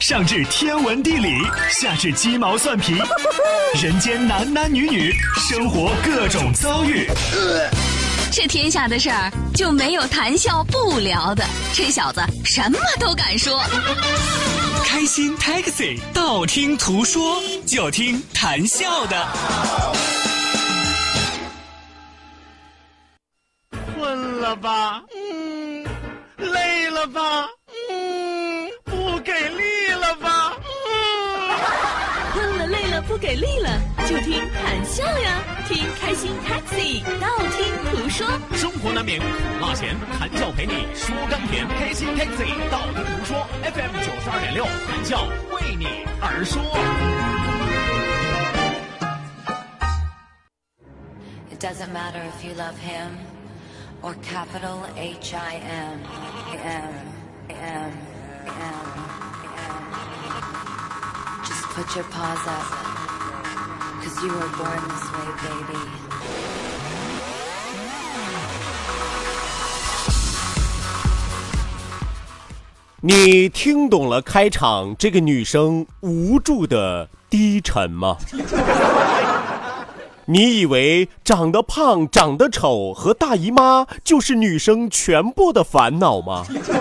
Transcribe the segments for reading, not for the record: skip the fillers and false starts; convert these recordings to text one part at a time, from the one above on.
上至天文地理，下至鸡毛蒜皮，人间男男女女，生活各种遭遇。 这天下的事儿就没有谈笑不聊的，这小子什么都敢说。 开心 Taxi， 道听途说，就听谈笑的。 困了吧？累了吧？不给力了吧？ 困了累了不给力了，就听谈笑呀，听开心 Taxi， 道听途说。 生活难免苦辣咸，谈笑陪你说甘甜。开心 Taxi， 道听途说 FM 92.6，谈笑为你而说。 It doesn't matter if you love him or capital H-I-M. Just put your paws up, 'cause you were born this way, baby. 你听懂了开场这个女生无助的低沉吗？你以为长得胖、长得丑和大姨妈就是女生全部的烦恼吗？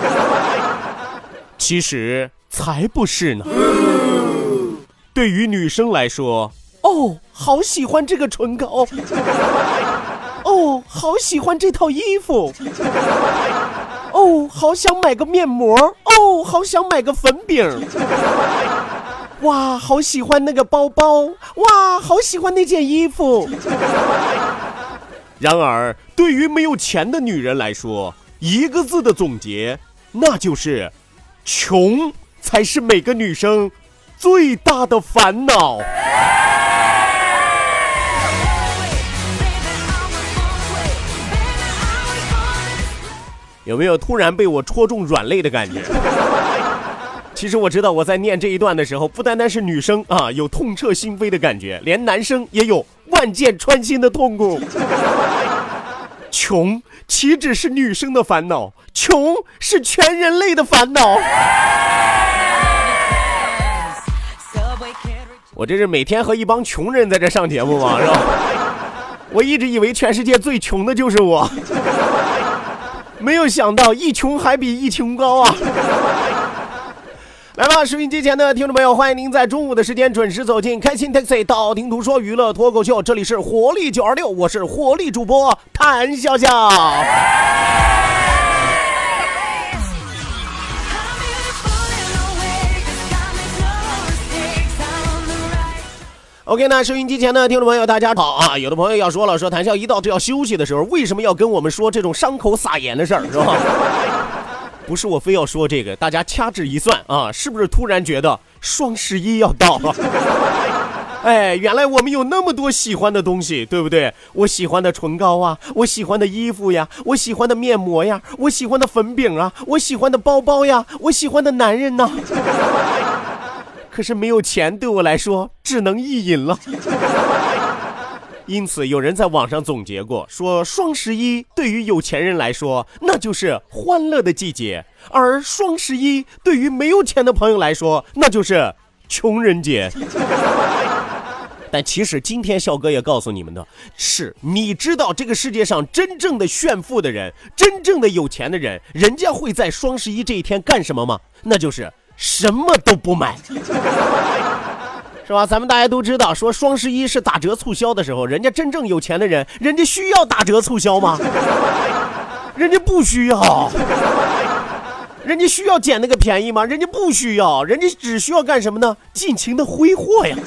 其实才不是呢。对于女生来说，哦，好喜欢这个唇膏，哦，好喜欢这套衣服，哦，好想买个面膜，哦，好想买个粉饼，哇，好喜欢那个包包，哇，好喜欢那件衣服。然而对于没有钱的女人来说，一个字的总结，那就是穷才是每个女生最大的烦恼。有没有突然被我戳中软肋的感觉？其实我知道我在念这一段的时候，不单单是女生啊有痛彻心扉的感觉，连男生也有万箭穿心的痛苦。穷岂止是女生的烦恼，穷是全人类的烦恼。我这是每天和一帮穷人在这上节目吗？是吧？我一直以为全世界最穷的就是我，没有想到一穷还比一穷高啊！来吧，收音机前的听众朋友，欢迎您在中午的时间准时走进开心 Taxi 道听途说娱乐脱口秀，这里是活力926，我是活力主播谭笑笑。OK， 那收音机前的听众朋友大家好啊！有的朋友要说了，说谭笑一到这要休息的时候，为什么要跟我们说这种伤口撒盐的事儿，是吧？不是我非要说这个，大家掐指一算啊，是不是突然觉得双11要到了？哎，原来我们有那么多喜欢的东西，对不对？我喜欢的唇膏啊，我喜欢的衣服呀，我喜欢的面膜呀，我喜欢的粉饼啊，我喜欢的包包呀，我喜欢的男人呢。可是没有钱对我来说只能意淫了。因此有人在网上总结过，说双11对于有钱人来说那就是欢乐的季节，而双11对于没有钱的朋友来说那就是穷人节。但其实今天笑哥也告诉你们的是，你知道这个世界上真正的炫富的人，真正的有钱的人，人家会在双11这一天干什么吗？那就是什么都不买。是吧？咱们大家都知道，说双11是打折促销的时候，人家真正有钱的人，人家需要打折促销吗？人家不需要。人家需要捡那个便宜吗？人家不需要，人家只需要干什么呢？尽情的挥霍呀。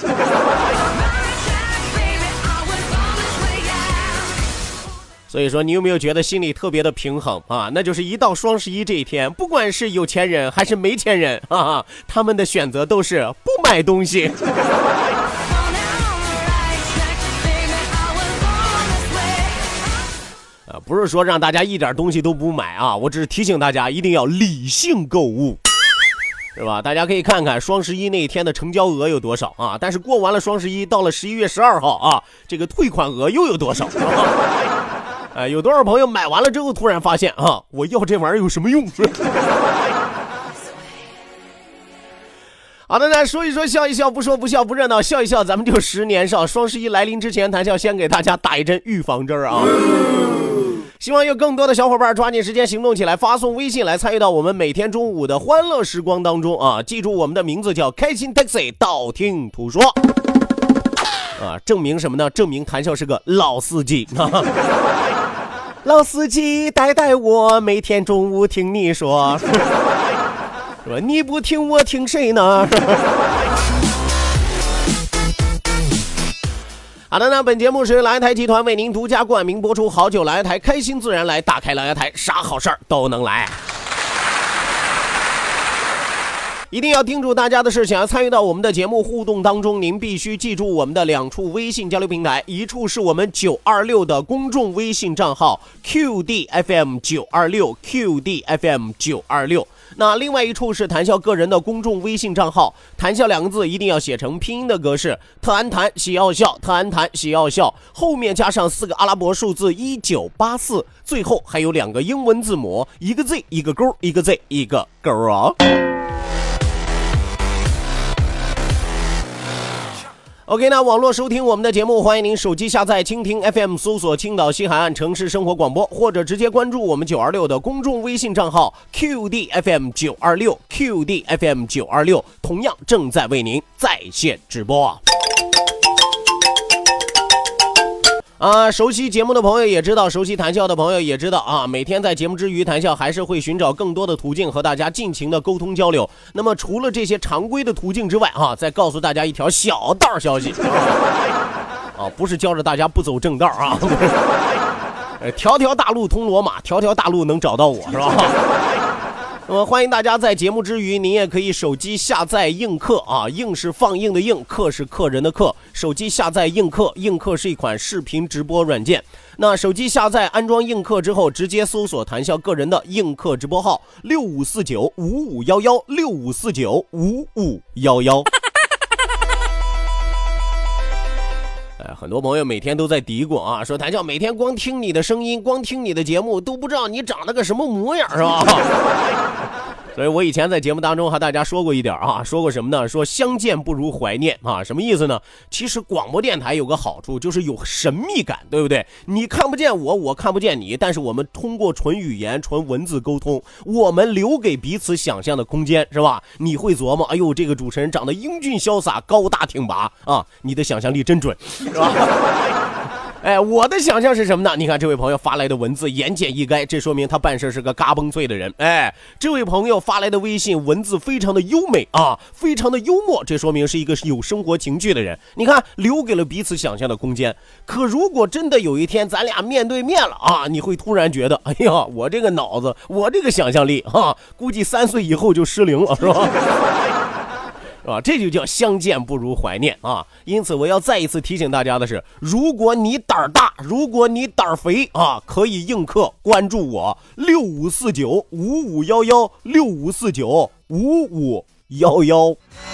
所以说你有没有觉得心里特别的平衡啊？那就是一到双11这一天，不管是有钱人还是没钱人啊，他们的选择都是不买东西。不是说让大家一点东西都不买啊，我只是提醒大家一定要理性购物，是吧？大家可以看看双11那一天的成交额有多少啊，但是过完了双11，到了11月12号啊，这个退款额又有多少？有多少朋友买完了之后突然发现啊，我要这玩意儿有什么用？ 好的，那说一说笑一笑，不说不笑不热闹，笑一笑咱们就10年少。双11来临之前，谈笑先给大家打一针预防针啊！希望有更多的小伙伴抓紧时间行动起来，发送微信来参与到我们每天中午的欢乐时光当中啊！记住我们的名字叫开心 Taxi， 道听途说啊，证明什么呢？证明谈笑是个老司机啊！老司机带带我，每天中午听你说。说你不听我听谁呢？好的，那本节目是来台集团为您独家冠名播出，好酒来台，开心自然来，打开来台，啥好事儿都能来。一定要叮嘱大家的是，想要参与到我们的节目互动当中，您必须记住我们的2处微信交流平台，一处是我们926的公众微信账号 QDFM926 QDFM926，那另外一处是谈笑个人的公众微信账号，谈笑2个字一定要写成拼音的格式，特安谈喜奥笑，特安谈喜奥笑，后面加上4个阿拉伯数字1984，最后还有2个英文字母，一个 Z 一个勾，一个 Z 一个勾啊。OK， 那网络收听我们的节目，欢迎您手机下载蜻蜓 FM， 搜索青岛西海岸城市生活广播，或者直接关注我们926的公众微信账号 QDFM926 QDFM926， 同样正在为您在线直播。熟悉节目的朋友也知道，熟悉谈笑的朋友也知道啊，每天在节目之余，谈笑还是会寻找更多的途径和大家尽情的沟通交流。那么除了这些常规的途径之外啊，再告诉大家一条小道消息不是教着大家不走正道啊，条条大路通罗马，条条大路能找到我，是吧？那么欢迎大家在节目之余，您也可以手机下载映客啊，映是放映的映，客是客人的客，手机下载映客，映客是一款视频直播软件。那手机下载安装映客之后，直接搜索谈笑个人的映客直播号65495511 65495511。很多朋友每天都在嘀咕啊，说谈笑每天光听你的声音，光听你的节目，都不知道你长得个什么模样，是吧？所以我以前在节目当中和大家说过一点啊，说过什么呢？说相见不如怀念啊，什么意思呢？其实广播电台有个好处，就是有神秘感，对不对？你看不见我，我看不见你，但是我们通过纯语言、纯文字沟通，我们留给彼此想象的空间，是吧？你会琢磨，哎呦，这个主持人长得英俊潇洒、高大挺拔啊，你的想象力真准，是吧？我的想象是什么呢？你看这位朋友发来的文字言简意赅，这说明他办事是个嘎嘣脆的人。这位朋友发来的微信文字非常的优美啊，非常的幽默，这说明是一个有生活情趣的人。你看，留给了彼此想象的空间。可如果真的有一天咱俩面对面了啊，你会突然觉得，哎呀，我这个脑子，我这个想象力估计3岁以后就失灵了，是吧？这就叫相见不如怀念啊！因此我要再一次提醒大家的是，如果你胆大，如果你胆肥啊，可以映客关注我65495511 65495511。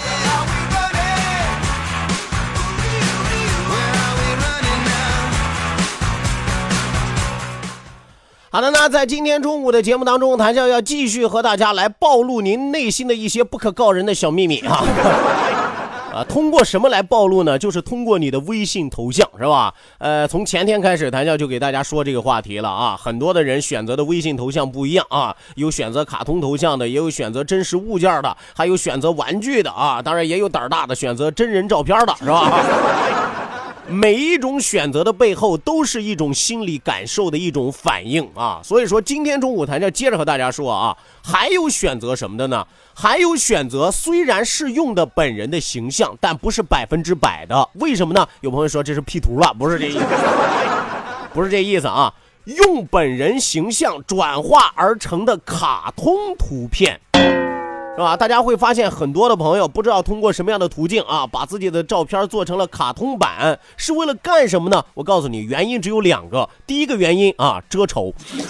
好的，那在今天中午的节目当中，谈笑要继续和大家来暴露您内心的一些不可告人的小秘密啊！通过什么来暴露呢？就是通过你的微信头像，是吧？从前天开始，谈笑就给大家说这个话题了啊。很多的人选择的微信头像不一样啊，有选择卡通头像的，也有选择真实物件的，还有选择玩具的啊，当然也有胆大的选择真人照片的，是吧？每一种选择的背后都是一种心理感受的一种反应啊，所以说今天中午谈笑接着和大家说啊，还有选择什么的呢？还有选择虽然是用的本人的形象，但不是100%的，为什么呢？有朋友说这是 P 图了，不是这意思，不是这意思啊，用本人形象转化而成的卡通图片。是吧？大家会发现很多的朋友不知道通过什么样的途径啊，把自己的照片做成了卡通版，是为了干什么呢？我告诉你，原因只有2个。第一个原因啊，遮丑，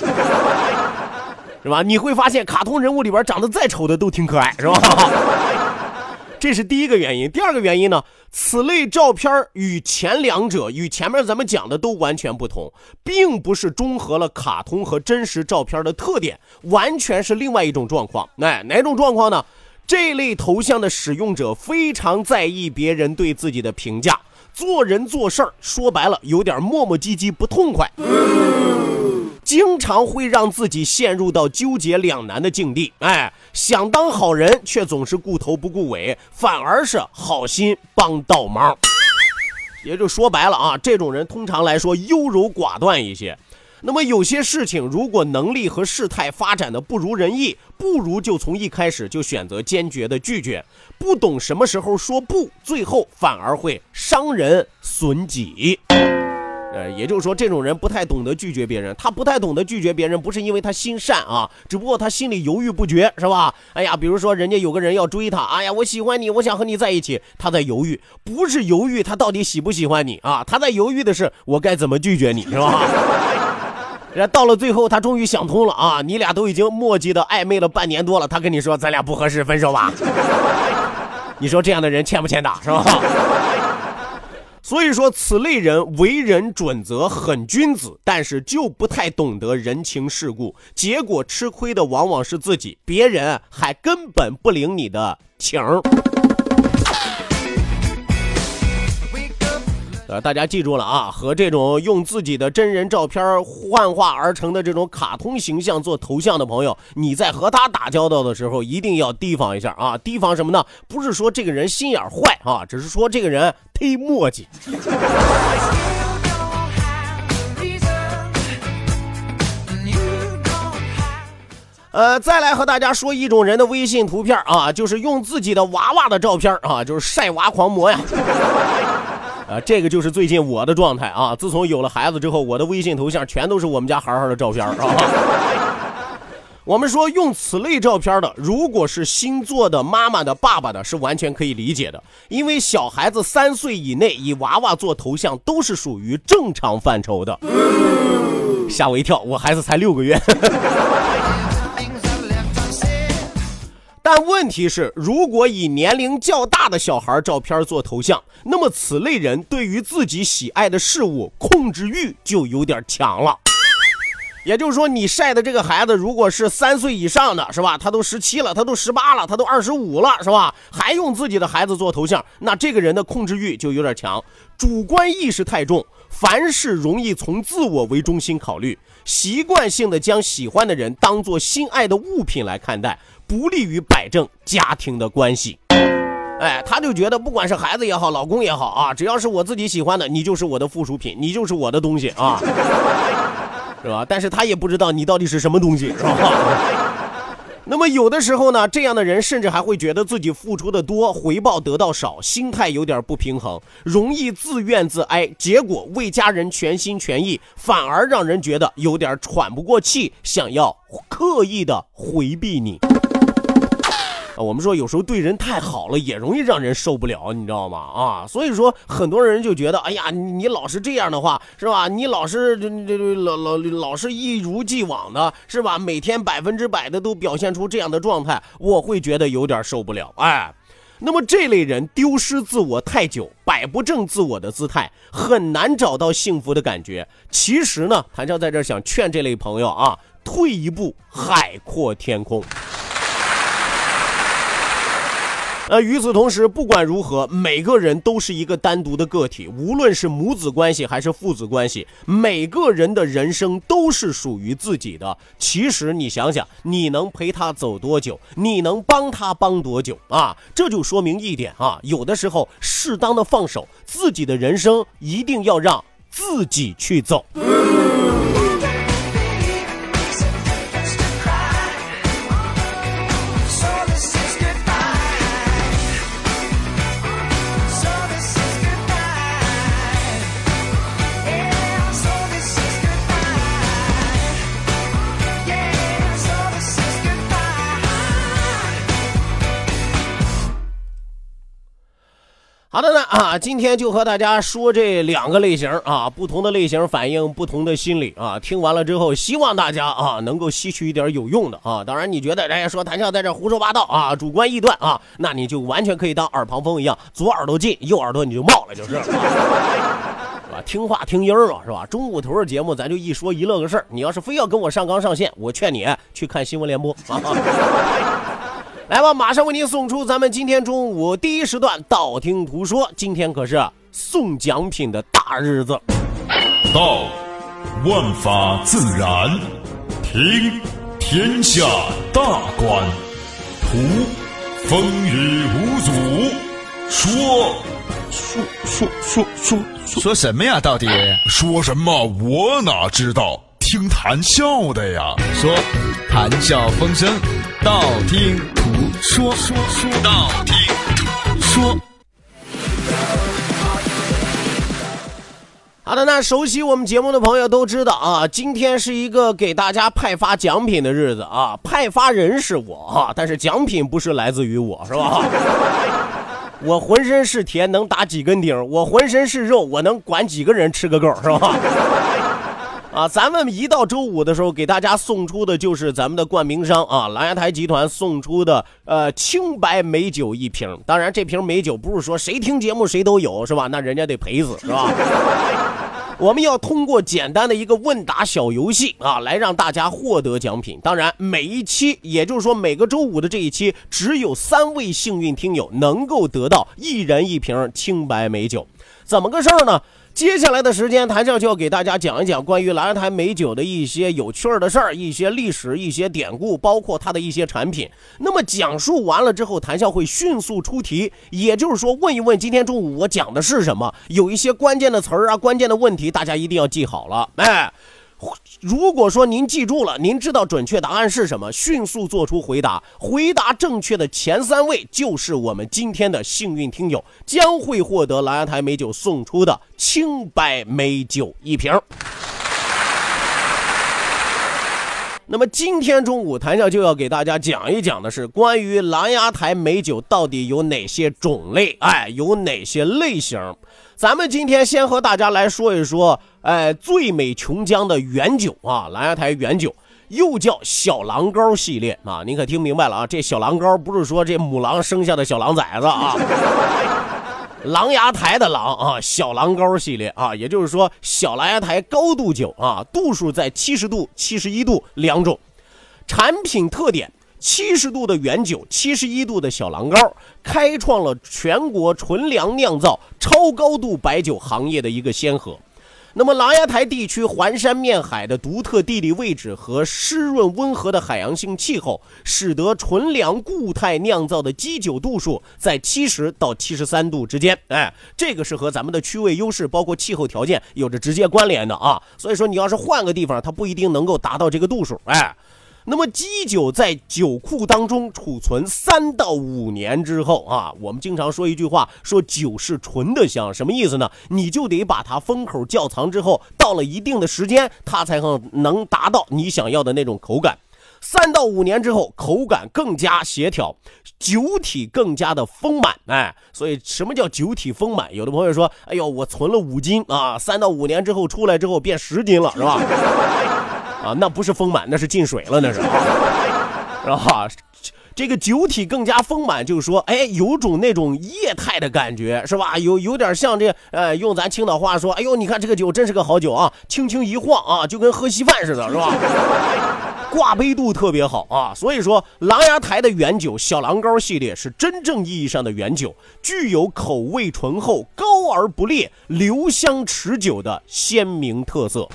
是吧？你会发现卡通人物里边长得再丑的都挺可爱，是吧？这是第一个原因。第二个原因呢，此类照片与前两者与前面咱们讲的都完全不同，并不是中和了卡通和真实照片的特点，完全是另外一种状况。哪种状况呢？ 这类头像的使用者非常在意别人对自己的评价，做人做事儿说白了有点磨磨唧唧不痛快，经常会让自己陷入到纠结两难的境地。想当好人却总是顾头不顾尾，反而是好心帮倒忙。也就说白了啊，这种人通常来说优柔寡断一些。那么有些事情如果能力和事态发展的不如人意，不如就从一开始就选择坚决的拒绝，不懂什么时候说不，最后反而会伤人损己。也就是说这种人不太懂得拒绝别人，他不太懂得拒绝别人不是因为他心善啊，只不过他心里犹豫不决，是吧？比如说人家有个人要追他，我喜欢你，我想和你在一起，他在犹豫，不是犹豫他到底喜不喜欢你啊，他在犹豫的是我该怎么拒绝你，是吧？到了最后他终于想通了啊，你俩都已经默契的暧昧了半年多了，他跟你说咱俩不合适分手吧。你说这样的人欠不欠打，是吧？所以说此类人为人准则很君子，但是就不太懂得人情世故，结果吃亏的往往是自己，别人还根本不领你的情。大家记住了啊，和这种用自己的真人照片幻化而成的这种卡通形象做头像的朋友，你在和他打交道的时候一定要提防一下啊！提防什么呢？不是说这个人心眼坏啊，只是说这个人忒磨叽。再来和大家说一种人的微信图片啊，就是用自己的娃娃的照片啊，就是晒娃狂魔呀。这个就是最近我的状态啊！自从有了孩子之后，我的微信头像全都是我们家孩儿的照片啊。我们说用此类照片的，如果是星座的、妈妈的、爸爸的，是完全可以理解的，因为小孩子3岁以内以娃娃做头像都是属于正常范畴的。吓我一跳，我孩子才6个月。但问题是，如果以年龄较大的小孩照片做头像，那么此类人对于自己喜爱的事物控制欲就有点强了。也就是说，你晒的这个孩子如果是3岁以上的，是吧？他都17了，他都18了，他都25了，是吧？还用自己的孩子做头像，那这个人的控制欲就有点强，主观意识太重，凡事容易从自我为中心考虑，习惯性的将喜欢的人当作心爱的物品来看待，不利于摆正家庭的关系。他就觉得不管是孩子也好，老公也好啊，只要是我自己喜欢的，你就是我的附属品，你就是我的东西啊，是吧？但是他也不知道你到底是什么东西，是吧？那么有的时候呢，这样的人甚至还会觉得自己付出的多，回报得到少，心态有点不平衡，容易自怨自哀，结果为家人全心全意，反而让人觉得有点喘不过气，想要刻意的回避你。我们说有时候对人太好了也容易让人受不了，你知道吗？所以说很多人就觉得，哎呀，你老是这样的话，是吧？你老是老是一如既往的，是吧？每天100%的都表现出这样的状态，我会觉得有点受不了。那么这类人丢失自我太久，摆不正自我的姿态，很难找到幸福的感觉。其实呢，谭笑在这想劝这类朋友啊，退一步海阔天空。与此同时，不管如何，每个人都是一个单独的个体，无论是母子关系还是父子关系，每个人的人生都是属于自己的。其实你想想，你能陪他走多久，你能帮他帮多久啊？这就说明一点啊，有的时候适当的放手，自己的人生一定要让自己去走。好的呢今天就和大家说这2个类型啊，不同的类型反映不同的心理啊。听完了之后，希望大家能够吸取一点有用的啊。当然，你觉得人家说谭笑在这胡说八道啊，主观臆断啊，那你就完全可以当耳旁风一样，左耳朵进，右耳朵你就冒了，就是。听话听音儿是吧？中午头的节目咱就一说一乐个事儿，你要是非要跟我上纲上线，我劝你去看新闻联播啊。 来吧，马上为您送出咱们今天中午第一时段道听途说。今天可是送奖品的大日子。 道，万法自然；听，天下大观；图，风雨无阻； 说什么呀？到底说什么？我哪知道？听谈笑的呀。 说谈笑风生，道听途说，道听途说。 好的，那熟悉我们节目的朋友都知道啊，今天是一个给大家派发奖品的日子啊，派发人是我啊，但是奖品不是来自于我，是吧？我浑身是铁，能打几根钉；我浑身是肉，我能管几个人吃个够，是吧？啊，咱们一到周五的时候，给大家送出的就是咱们的冠名商啊，琅琊台集团送出的清白美酒一瓶。当然，这瓶美酒不是说谁听节目谁都有，是吧？那人家得赔死，是吧？我们要通过简单的一个问答小游戏啊，来让大家获得奖品。当然，每一期，也就是说每个周五的这一期，只有3位幸运听友能够得到1人1瓶清白美酒。怎么个事儿呢？接下来的时间，谭笑就要给大家讲一讲关于琅琊台美酒的一些有趣的事儿，一些历史，一些典故，包括它的一些产品。那么讲述完了之后，谭笑会迅速出题，也就是说问一问今天中午我讲的是什么，有一些关键的词儿啊，关键的问题，大家一定要记好了。如果说您记住了，您知道准确答案是什么，迅速做出回答，回答正确的前3位就是我们今天的幸运听友，将会获得琅琊台美酒送出的清白美酒1瓶。那么今天中午谭笑就要给大家讲一讲的是关于琅琊台美酒到底有哪些种类，有哪些类型。咱们今天先和大家来说一说最美琼浆的原酒啊，琅琊台原酒又叫小狼羔系列啊，您可听明白了啊，这小狼羔不是说这母狼生下的小狼崽子啊，琅琊台的狼啊，小狼羔系列啊，也就是说小琅琊台高度酒啊，度数在70度、71度2种。产品特点：70度的原酒，71度的小狼羔，开创了全国纯粮酿造超高度白酒行业的一个先河。那么琅琊台地区环山面海的独特地理位置和湿润温和的海洋性气候，使得纯粮固态酿造的基酒度数在70到73度之间。这个是和咱们的区位优势包括气候条件有着直接关联的啊。所以说你要是换个地方，它不一定能够达到这个度数。那么基酒在酒库当中储存3到5年之后啊，我们经常说一句话，说酒是纯的香，什么意思呢？你就得把它封口窖藏之后，到了一定的时间，它才能达到你想要的那种口感。3到5年之后，口感更加协调，酒体更加的丰满。所以什么叫酒体丰满？有的朋友说，哎呦，我存了5斤啊，3到5年之后出来之后变10斤了，是吧？啊，那不是丰满，那是进水了，那是啊。这个酒体更加丰满，就是说，有种那种液态的感觉，是吧？有点像这，用咱青岛话说，哎呦，你看这个酒真是个好酒啊，轻轻一晃啊，就跟喝稀饭似的，是吧？挂杯度特别好啊，所以说琅琊台的原酒小狼羔系列是真正意义上的原酒，具有口味醇厚、高而不烈、留香持久的鲜明特色。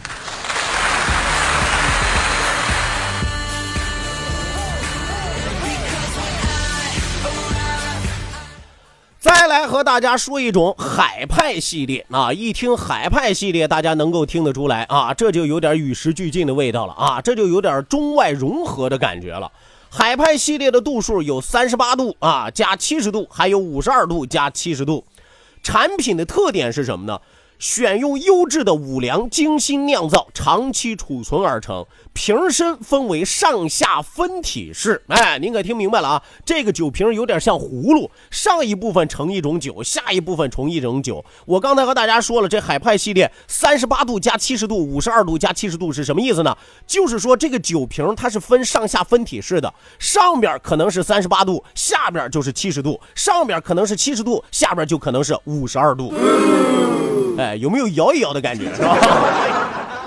再来和大家说一种海派系列啊，一听海派系列，大家能够听得出来啊，这就有点与时俱进的味道了啊，这就有点中外融合的感觉了。海派系列的度数有38度啊加70度，还有52度加70度。产品的特点是什么呢？选用优质的五粮精心酿造，长期储存而成。瓶身分为上下分体式，您可听明白了啊？这个酒瓶有点像葫芦，上一部分盛一种酒，下一部分盛一种酒。我刚才和大家说了，这海派系列38度加70度、52度加70度是什么意思呢？就是说这个酒瓶它是分上下分体式的，上边可能是38度，下边就是70度，上边可能是70度，下边就可能是52度。有没有摇一摇的感觉，是吧？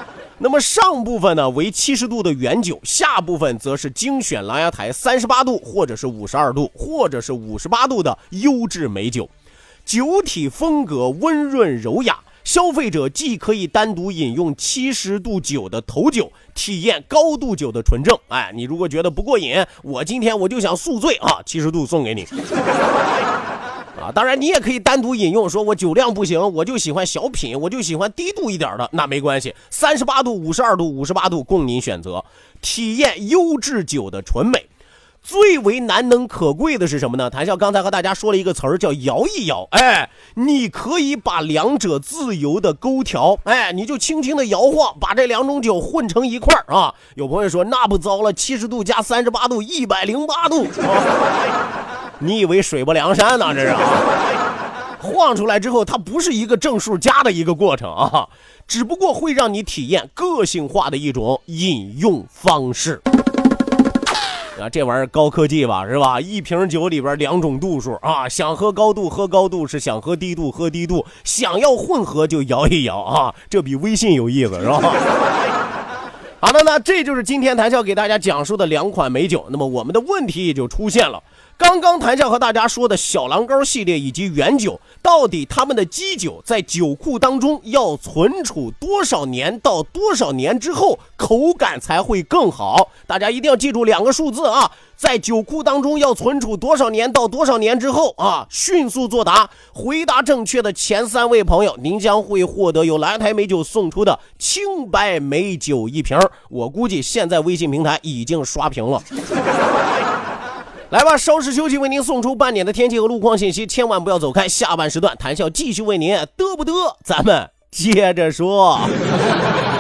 那么上部分呢为70度的原酒，下部分则是精选狼牙台38度或者是52度或者是58度的优质美酒，酒体风格温润柔雅，消费者既可以单独饮用70度酒的头酒，体验高度酒的纯正。哎，你如果觉得不过瘾，我今天我就想宿醉啊，70度送给你。当然你也可以单独饮用，说我酒量不行，我就喜欢小品，我就喜欢低度一点的，那没关系，38度、52度、58度供您选择，体验优质酒的纯美。最为难能可贵的是什么呢？谭笑刚才和大家说了一个词儿叫摇一摇，哎，你可以把两者自由的勾调，哎，你就轻轻的摇晃，把这两种酒混成一块儿啊。有朋友说那不糟了，70度加38度108度你以为水泊梁山呢？这是晃出来之后它不是一个正数加的一个过程啊，只不过会让你体验个性化的一种饮用方式这玩意儿高科技吧，是吧？一瓶酒里边2种度数啊，想喝高度喝高度，是想喝低度喝低度，想要混合就摇一摇啊，这比微信有意思，是吧？好的，那这就是今天谭笑给大家讲述的2款美酒。那么我们的问题也就出现了，刚刚谭笑和大家说的小狼羔系列以及原酒，到底他们的基酒在酒库当中要存储多少年到多少年之后口感才会更好？大家一定要记住2个数字啊，在酒库当中要存储多少年到多少年之后啊，迅速作答，回答正确的前3位朋友，您将会获得由来台美酒送出的清白美酒1瓶。我估计现在微信平台已经刷屏了。来吧，稍事休息，为您送出半点的天气和路况信息，千万不要走开。下半时段谭笑继续为您嘚不嘚，咱们接着说。